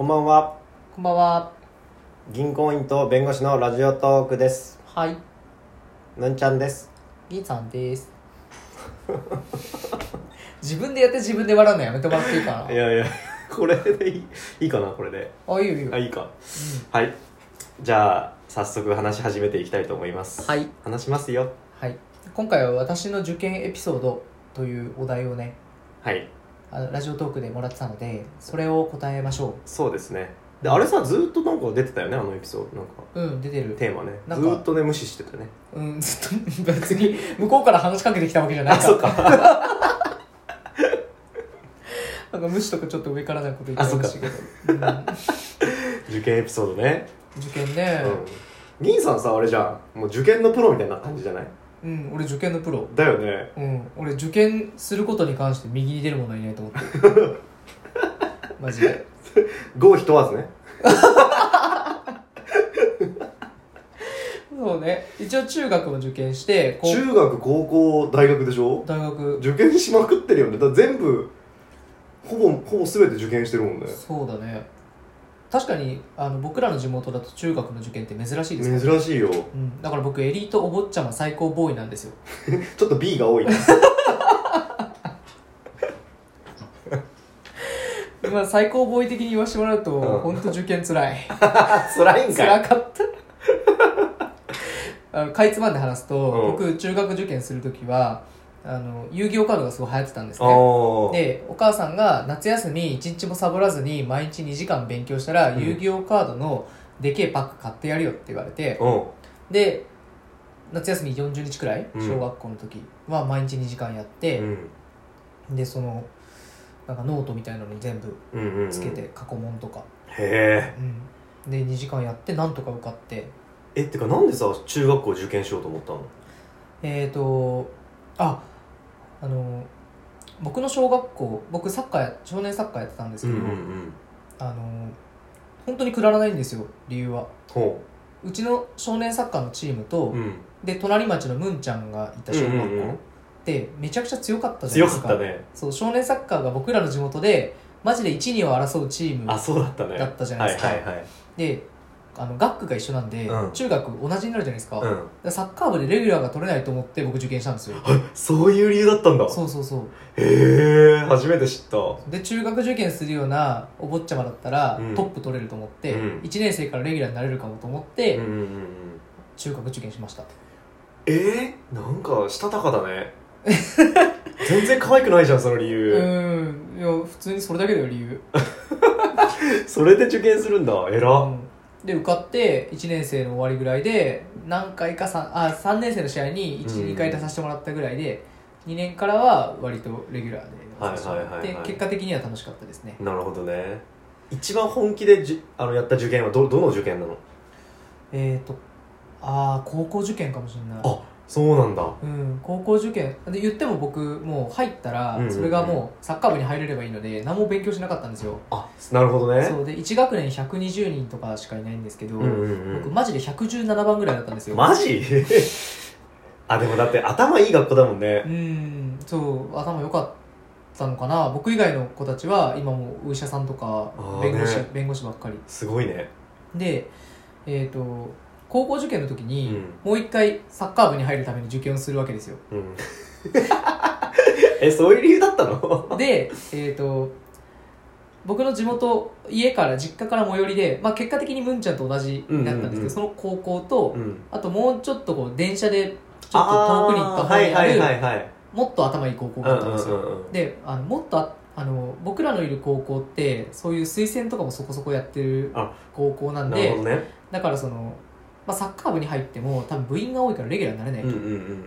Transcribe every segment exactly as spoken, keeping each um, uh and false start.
こんばんは。 こんばんは。 銀行員と弁護士のラジオトークです。 はい。 ぬんちゃんです。 銀さんです。自分でやって自分で笑うのやめてもらっていいかな。 いやいや、これでいい、いいかな、これで。 あ、いいよいいよ。 あ、いいか。 うん、 はい。じゃあ、早速話し始めていきたいと思います。 はい。 話しますよ。 はい。今回は私の受験エピソードというお題をね、 はい。 あのラジオトークでもらってたので、それを答えましょそうですね。で、あれさ、ずっとなんか出てたよね、あのエピソード。なんか、 う。うん、出てる。 テーマね。 なんかずっとね、無視してたね。 うん、ずっと、別に向こうから話しかけてきたわけじゃないあ、そうか。 なんか無視とかちょっと上からなこと言ってほしいけど。うん、 受験エピソードね。 受験ね。 うん。銀さんさ、あれじゃん。もう受験のプロみたいな感じじゃない？ うん、俺受験のプロだよね。 うん、俺受験することに関して右に出る者はいないと思ってるマジで合否問わずね。 そうね、一応中学も受験して中学、高校、大学でしょ？ 大学受験しまくってるよね。だから全部ほぼほぼ全て受験してるもんね。 そうだね。確かにあの僕らの地元だと中学の受験って珍しいですから、 珍しいよ、 うん、だから僕エリートお坊ちゃま最高ボーイなんですよちょっと B が多いねまあ最高ボーイ的に言わせてもらうと、 うん、 本当受験つらいつらいんかい。 辛かったあのかいつまんで話すと、 うん、 僕中学受験するときはあの遊戯王カードがすごい流行ってたんですね。でお母さんが夏休みいちにちもサボらずに毎日にじかん勉強したら、うん、遊戯王カードのでけえパック買ってやるよって言われて、うん、で夏休みよんじゅうにちくらい、うん、小学校の時は毎日にじかんやって、うん、でそのなんかノートみたいなのに全部つけて、過去問とか、 へえ、 うん、でにじかんやってなんとか受かって。 えってかなんでさ中学校受験しようと思ったの？ えーとああの僕の小学校、僕サッカー少年サッカーやってたんですけど、うんうんうん、あの本当にくだらないんですよ理由は。ほう、うちの少年サッカーのチームと、うん、で隣町のムンちゃんがいた小学校、うんうんうん、でめちゃくちゃ強かったじゃないですか。 強かったね。そう、 少年サッカーが僕らの地元でマジでいち、にを争うチームだったじゃないですか。 はいはいはい、 であの学区が一緒なんで、うん、中学同じになるじゃないですか、うん、サッカー部でレギュラーが取れないと思って僕受験したんですよ。 そういう理由だったんだ。 そうそうそう。 へえ、初めて知った。 で中学受験するようなお坊ちゃまだったら、うん、トップ取れると思って、うん、いちねん生からレギュラーになれるかもと思って、うんうんうん、中学受験しました。 えー、なんかしたたかだね全然可愛くないじゃんその理由。 うん、いや普通にそれだけだよ理由それで受験するんだ、偉っ、うん、 で受かっていちねん生の終わりぐらいで何回か 3, あさんねん生の試合に いち,に 回出させてもらったぐらいで、にねんからは割とレギュラーで出させてもらって、はいはいはいはい、結果的には楽しかったですね。 なるほどね。一番本気でじあのやった受験は ど, どの受験なの？ えーとああ高校受験かもしれない。 あ、そうなんだ。 うん、高校受験で言っても僕もう入ったら、うんうんうん、それがもうサッカー部に入れればいいので何も勉強しなかったんですよ。 あ、なるほどね。 そうでいち学年ひゃくにじゅうにんとかしかいないんですけど、うんうんうん、僕マジでひゃくじゅうななばんぐらいだったんですよ。 マジあ、でもだって頭いい学校だもんね。 うん、そう頭良かったのかな。僕以外の子たちは今もうお医者さんとか弁護士、ね、弁護士ばっかり。 すごいね。 でえっ、ー、と高校受験の時に、うん、もう一回サッカー部に入るために受験をするわけですよ、うん、え、 そういう理由だったの？ で、えーと僕の地元家から実家から最寄りで、まあ、結果的にムンちゃんと同じになったんですけど、うんうんうん、その高校と、うん、あともうちょっとこう電車でちょっと遠くに行った方にある、はいはいはいはい、もっと頭いい高校があったんですよ、うんうんうん、であのもっとああの僕らのいる高校ってそういう推薦とかもそこそこやってる高校なんで、なるほどね、だからそのまあ、サッカー部に入っても多分部員が多いからレギュラーになれないと、うんうんうん、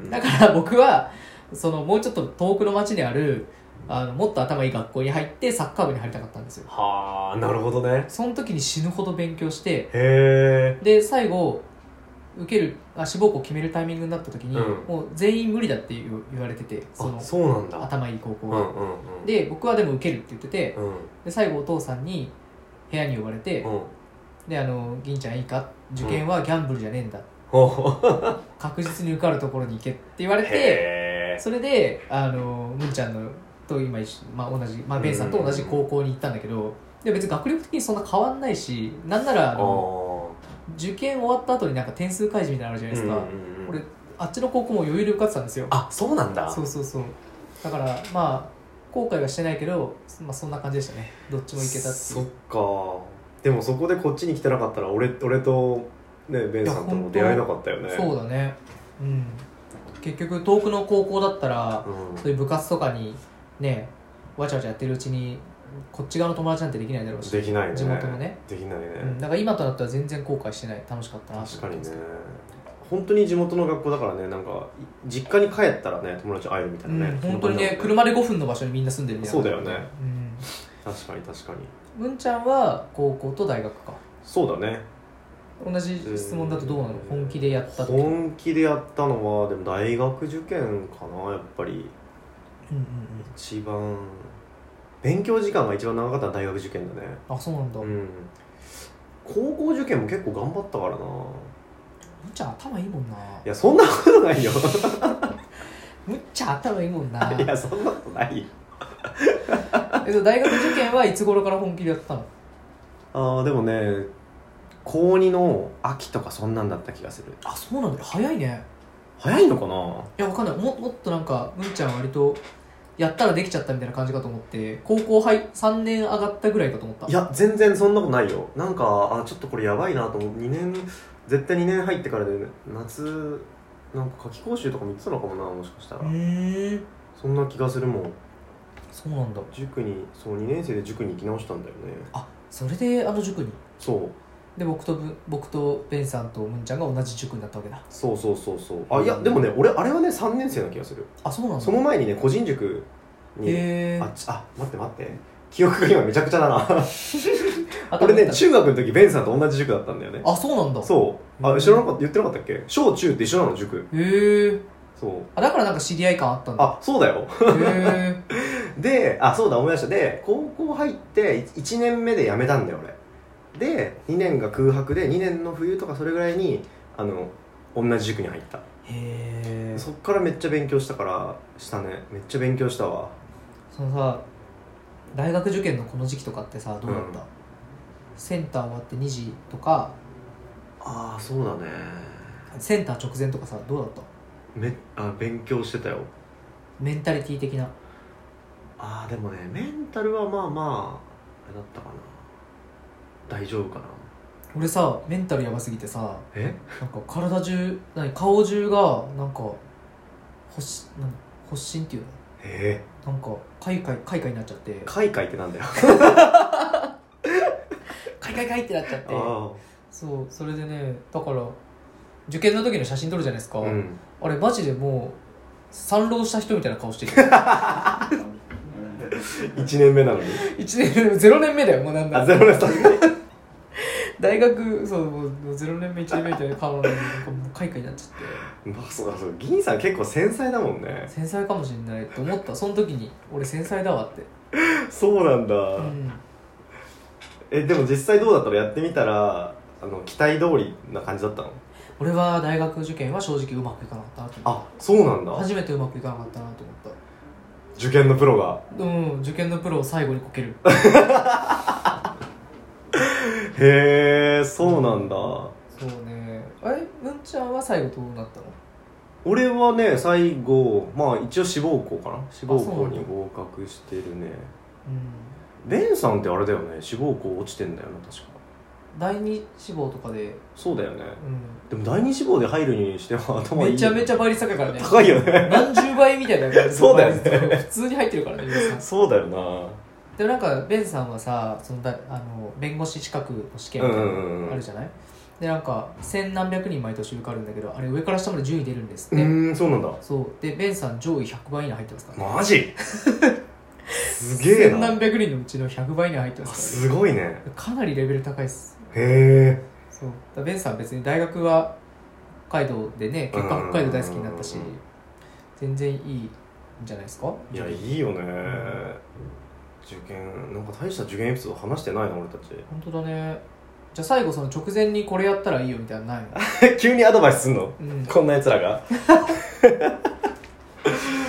だから僕はそのもうちょっと遠くの町にあるあのもっと頭いい学校に入ってサッカー部に入りたかったんですよ。 はあ、なるほどね。 その時に死ぬほど勉強して、 へで最後受けるあ志望校決めるタイミングになった時に、うん、もう全員無理だって言われてて、そのそうなんだ、 頭いい高校が、 うんうんうん、 で僕はでも受けるって言ってて、 うん、 で最後お父さんに部屋に呼ばれて、うん、であの銀ちゃんいいか、受験はギャンブルじゃねえんだ、うん、確実に受かるところに行けって言われて、それであのムンちゃんのと今、まあ、同じ、まあ、ベンさんと同じ高校に行ったんだけど、 で別に学力的にそんな変わんないし、なんならあの受験終わった後になんか点数開示みたいなのあるじゃないですか、うんうんうん、俺あっちの高校も余裕で受かってたんですよ。 あ、そうなんだ。 そうそうそう。だからまあ後悔はしてないけど、まあ、そんな感じでしたね。どっちもいけたっていう。 そっか。でもそこでこっちに来てなかったら俺俺とねベンさんとも出会えなかったよね。 そうだね。うん。結局遠くの高校だったら、うん、そういう部活とかにねわちゃわちゃやってるうちにこっち側の友達なんてできないだろうし。 できないね。 地元もね。 できないね。 うん、だから今となっては全然後悔してない。楽しかったな。 確かにね。本当に地元の学校だからね、なんか実家に帰ったらね友達会えるみたいなね、 うん、本当にね車でごふんの場所にみんな住んでるみたいな。 そうだよね、 うん、 確かに確かに。 文ちゃんは高校と大学か。 そうだね。 同じ質問だとどうなの、えー、本気でやった時。 本気でやったのはでも大学受験かな、やっぱり、うんうんうん、一番勉強時間が一番長かったのは大学受験だね。 あ、そうなんだ、うん、 高校受験も結構頑張ったからな。 むっちゃ頭いいもんな。 いやそんなことないよむっちゃ頭いいもんな。 いやそんなことないよえっと大学受験はいつ頃から本気でやったの？ ああでもね高にの秋とかそんなんだった気がする。 あ、そうなんだ。早いね。 早いのかな。 いやわかんない。 も, もっとなんかむっちゃんは割とやったらできちゃったみたいな感じかと思って、高校入さんねん上がったぐらいかと思った。 いや全然そんなことないよ。なんかあちょっとこれやばいなと思ってにねん絶対にねん入ってからで、ね、夏なんか夏期講習とかも行ってたのかもな、もしかしたら。へー、そんな気がするもん。 そうなんだ。 塾にそうにねん生で塾に行き直したんだよね。 あ、それであの塾に。 そうで僕と僕とベンさんとムンちゃんが同じ塾になったわけだ。 そうそうそうそう。あ、いやでもね俺あれはねさんねん生な気がする。 あ、そうなんだ。 その前にね個人塾に。 へー、 ああ待って待って記憶が今めちゃくちゃだな俺ね中学の時ベンさんと同じ塾だったんだよね。 あ、そうなんだ。 そうあ知らなかった言ってなかったっけ。小中って一緒なの塾。 へえ。 そうあだからなんか知り合い感あったんだ。 あそうだよへえであそうだ思い出した。で高校入っていちねんめで辞めたんだよ俺で。にねんが空白でにねんの冬とかそれぐらいにあの同じ塾に入った。へえ。そっからめっちゃ勉強したからしたね。めっちゃ勉強したわ。 そのさ大学受験のこの時期とかってさどうだった、うん、センター終わってにじとか。 ああそうだね。 センター直前とかさどうだった？ めあ勉強してたよ。 メンタリティ的な。 ああでもねメンタルはまあまああれだったかな。大丈夫かな。 俺さメンタルやばすぎてさ、 えなんか体中何顔中がなんか発なん発疹っていうの。 えー、なんかかいかいかいかいになっちゃって。 かいかいってなんだよかいかいかいってなっちゃって。そうそれでねだから受験の時の写真撮るじゃないですか、うん、あれマジでもう参浪した人みたいな顔してるいちねんめなのにいちねんめゼロねんめだよもうなんだ。 あゼロねん大学そうもうゼロねんめいちねんめみたいな顔なのになんかもうかいかいになっちゃってまあそうだそうだ。銀さん結構繊細だもんね。 繊細かもしれないって思った。その時に俺繊細だわってそうなんだ、うん、えでも実際どうだったの？やってみたらあの期待通りな感じだったの？ 俺は大学受験は正直うまくいかなかったなと思った。 あ、そうなんだ。初めてうまくいかなかったなと思った。 受験のプロが。 うん受験のプロを最後にこけるへえそうなんだ、うん、 そうね。あれむんちゃんは最後どうなったの？ 俺はね最後まあ一応志望校かな。志望校に合格してるね。うん、ベンさんってあれだよね志望校落ちてんだよな確か。 第二志望とかで。そうだよね、うん、でも第二志望で入るにしては頭いい。 めちゃめちゃ倍率高いからね。 高いよね何十倍みたいな感じそうだよね普通に入ってるからね皆さん。 そうだよな。 でもなんかベンさんはさそのだあの弁護士資格の試験みたいなのあるじゃない、うんうんうん、でなんか千何百人毎年受かるんだけどあれ上から下まで順位出るんですって。 うんそうなんだ。 そうでベンさん上位ひゃくばい以内入ってますから、 ね、マジすげえな。 千何百人のうちのひゃくばい以内入ってますから、ね、 すごいね。 かなりレベル高いっす。 へえ。 そうだベンさんは別に大学は北海道でね結果北海道大好きになったし全然いいんじゃないですか。 いやいいよね、うん、受験なんか大した受験エピソード話してないな俺たち。本当だね。じゃあ最後その直前にこれやったらいいよみたいなのないの？ 急にアドバイスすんの、うん、こんなやつらが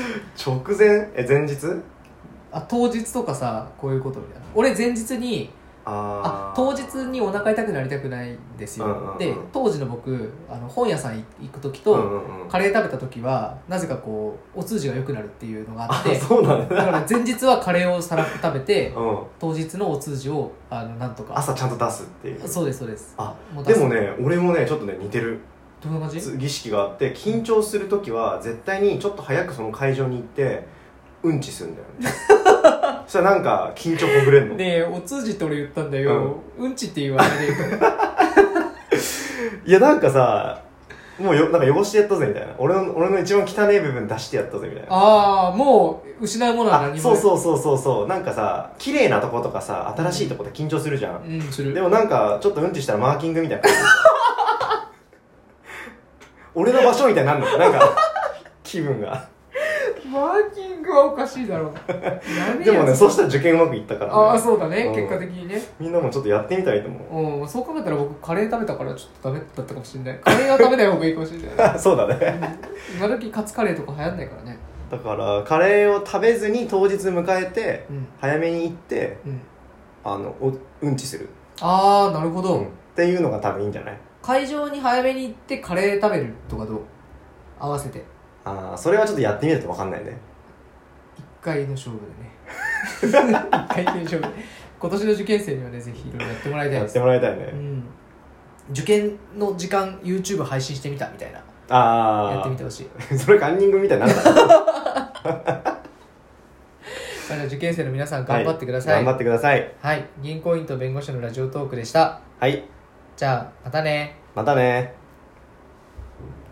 直前え前日あ当日とかさこういうことみたいな。俺前日にああ当日にお腹痛くなりたくないんですよ、 うんうんうん、 で当時の僕あの本屋さん行く時と、 うんうんうん、 カレー食べた時はなぜかこうお通じが良くなるっていうのがあってあそうなんだ、 だから前日はカレーをさらっと食べて、 うん、 当日のお通じをあのなんとか朝ちゃんと出すっていう。 そうですそうです。 あもでもね俺もねちょっとね似てる。 どんな感じ？ 儀式があって、緊張する時は絶対にちょっと早くその会場に行ってうんちするんだよねそしたらなんか緊張ほぐれんの。 ねえお通じって俺言ったんだよ、うん、うんちって言わないで言うといやなんかさもうよなんか汚してやったぜみたいな、俺の俺の一番汚い部分出してやったぜみたいな。 ああもう失うものは何もない。 そうそうそうそうそう、なんかさ綺麗なとことかさ新しいとこで緊張するじゃん、 うん、する。 でもなんかちょっとうんちしたらマーキングみたいな感じ俺の場所みたいになるのなんか気分がマーキングはおかしいだろうでもねそしたら受験うまくいったからね。 ああそうだね、うん、結果的にね。 みんなもちょっとやってみたいと思う、うん、そう考えたら僕カレー食べたからちょっとダメだったかもしれない。カレーは食べない方がいいかもしれないそうだね、 うん、今時カツカレーとか流行んないからね。 だからカレーを食べずに当日迎えて、うん、早めに行って、うん、あのおうんちする。ああなるほど、うん、 っていうのが多分いいんじゃない。 会場に早めに行ってカレー食べるとかどう？合わせて。 ああそれはちょっとやってみないと分かんないね。 一回の勝負でね一回の勝負で今年の受験生にはねぜひいろいろやってもらいたいです。 やってもらいたいね、 うん、受験の時間 YouTube 配信してみたみたいな。 ああやってみてほしいそれカンニングみたいになったじゃあ受験生の皆さん頑張ってください、はい、 頑張ってください。 はい、銀行員と弁護士のラジオトークでした。 はい、 じゃあまたね。 またね。